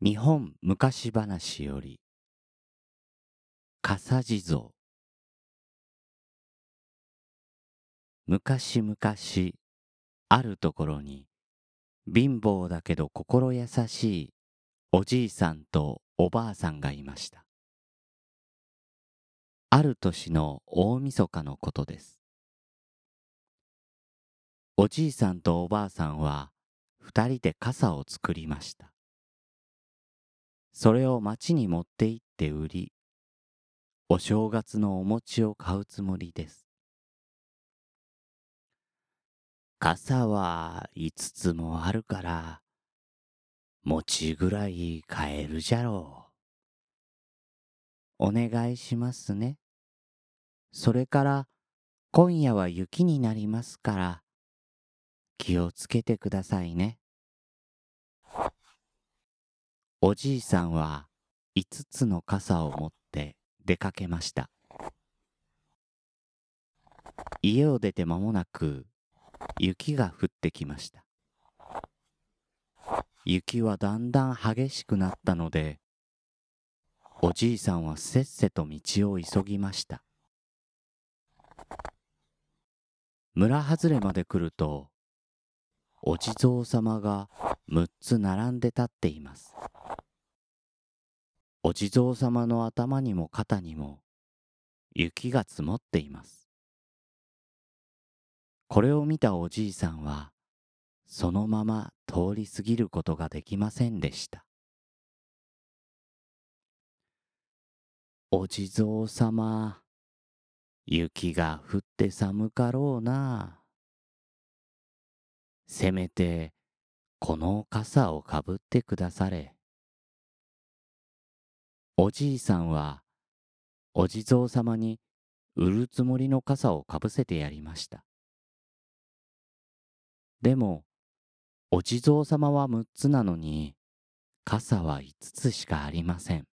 日本昔話より笠地蔵。昔々あるところに貧乏だけど心優しいおじいさんとおばあさんがいました。ある年の大晦日のことです。おじいさんとおばあさんは二人で傘を作りました。それを町に持って行って売り、お正月のお餅を買うつもりです。傘は5つもあるから餅ぐらい買えるじゃろう。お願いしますね。それから今夜は雪になりますから気をつけてくださいね。おじいさんは5つの傘を持って出かけました。家を出て間もなく雪が降ってきました。雪はだんだん激しくなったので、おじいさんはせっせと道を急ぎました。村外れまで来ると、お地蔵様が6つ並んで立っています。お地蔵様の頭にも肩にも雪が積もっています。これを見たおじいさんは、そのまま通り過ぎることができませんでした。お地蔵様、雪が降って寒かろうな。せめてこの傘をかぶってくだされ。おじいさんはお地蔵様に売るつもりの傘をかぶせてやりました。でもお地蔵様は6つなのに傘は5つしかありません。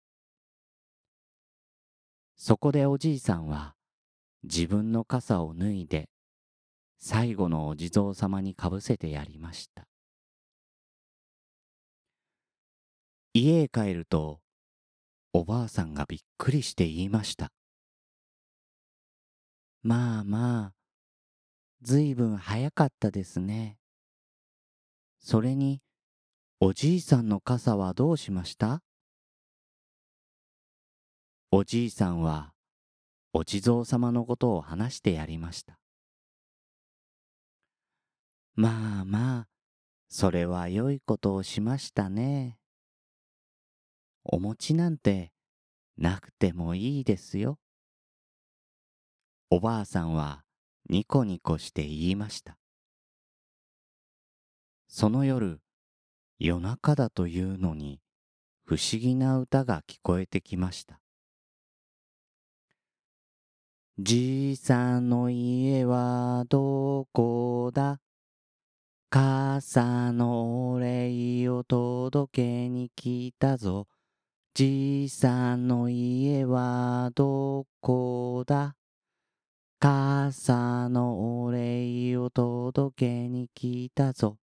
そこでおじいさんは自分の傘を脱いで最後のお地蔵様にかぶせてやりました。家へ帰るとおばあさんがびっくりして言いました。まあまあ、ずいぶん早かったですね。それにおじいさんの傘はどうしました？おじいさんはお地蔵様のことを話してやりました。まあまあ、それは良いことをしましたね。お餅なんてなくてもいいですよ。おばあさんはニコニコして言いました。その夜、夜中だというのに不思議な歌が聞こえてきました。じいさんの家はどこだ？傘のお礼を届けに来たぞ。じいさんの家はどこだ？傘のお礼を届けに来たぞ。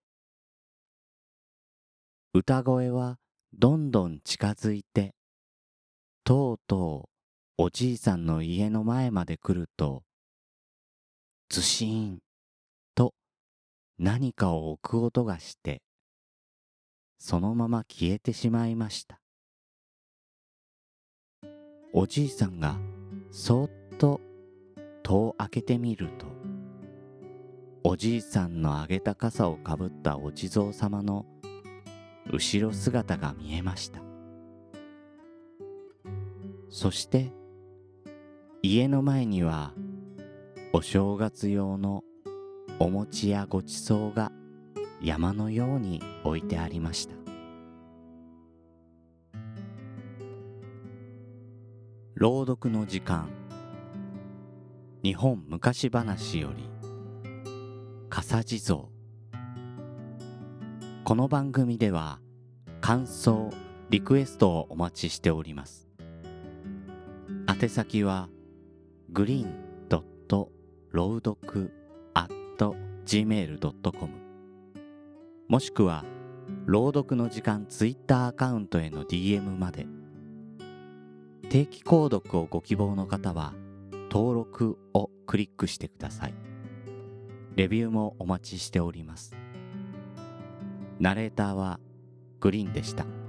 歌声はどんどん近づいて、とうとうおじいさんの家の前まで来ると、ズシーンと何かを置く音がして、そのまま消えてしまいました。おじいさんがそっと戸を開けてみると、おじいさんのあげた傘をかぶったお地蔵様の後ろ姿が見えました。そして家の前にはお正月用のお餅やごちそうが山のように置いてありました。朗読の時間。日本昔話より笠地蔵。この番組では感想、リクエストをお待ちしております。宛先はgreen.朗読@gmail.com もしくは朗読の時間ツイッターアカウントへの DM まで。定期購読をご希望の方は登録をクリックしてください。レビューもお待ちしております。ナレーターはグリーンでした。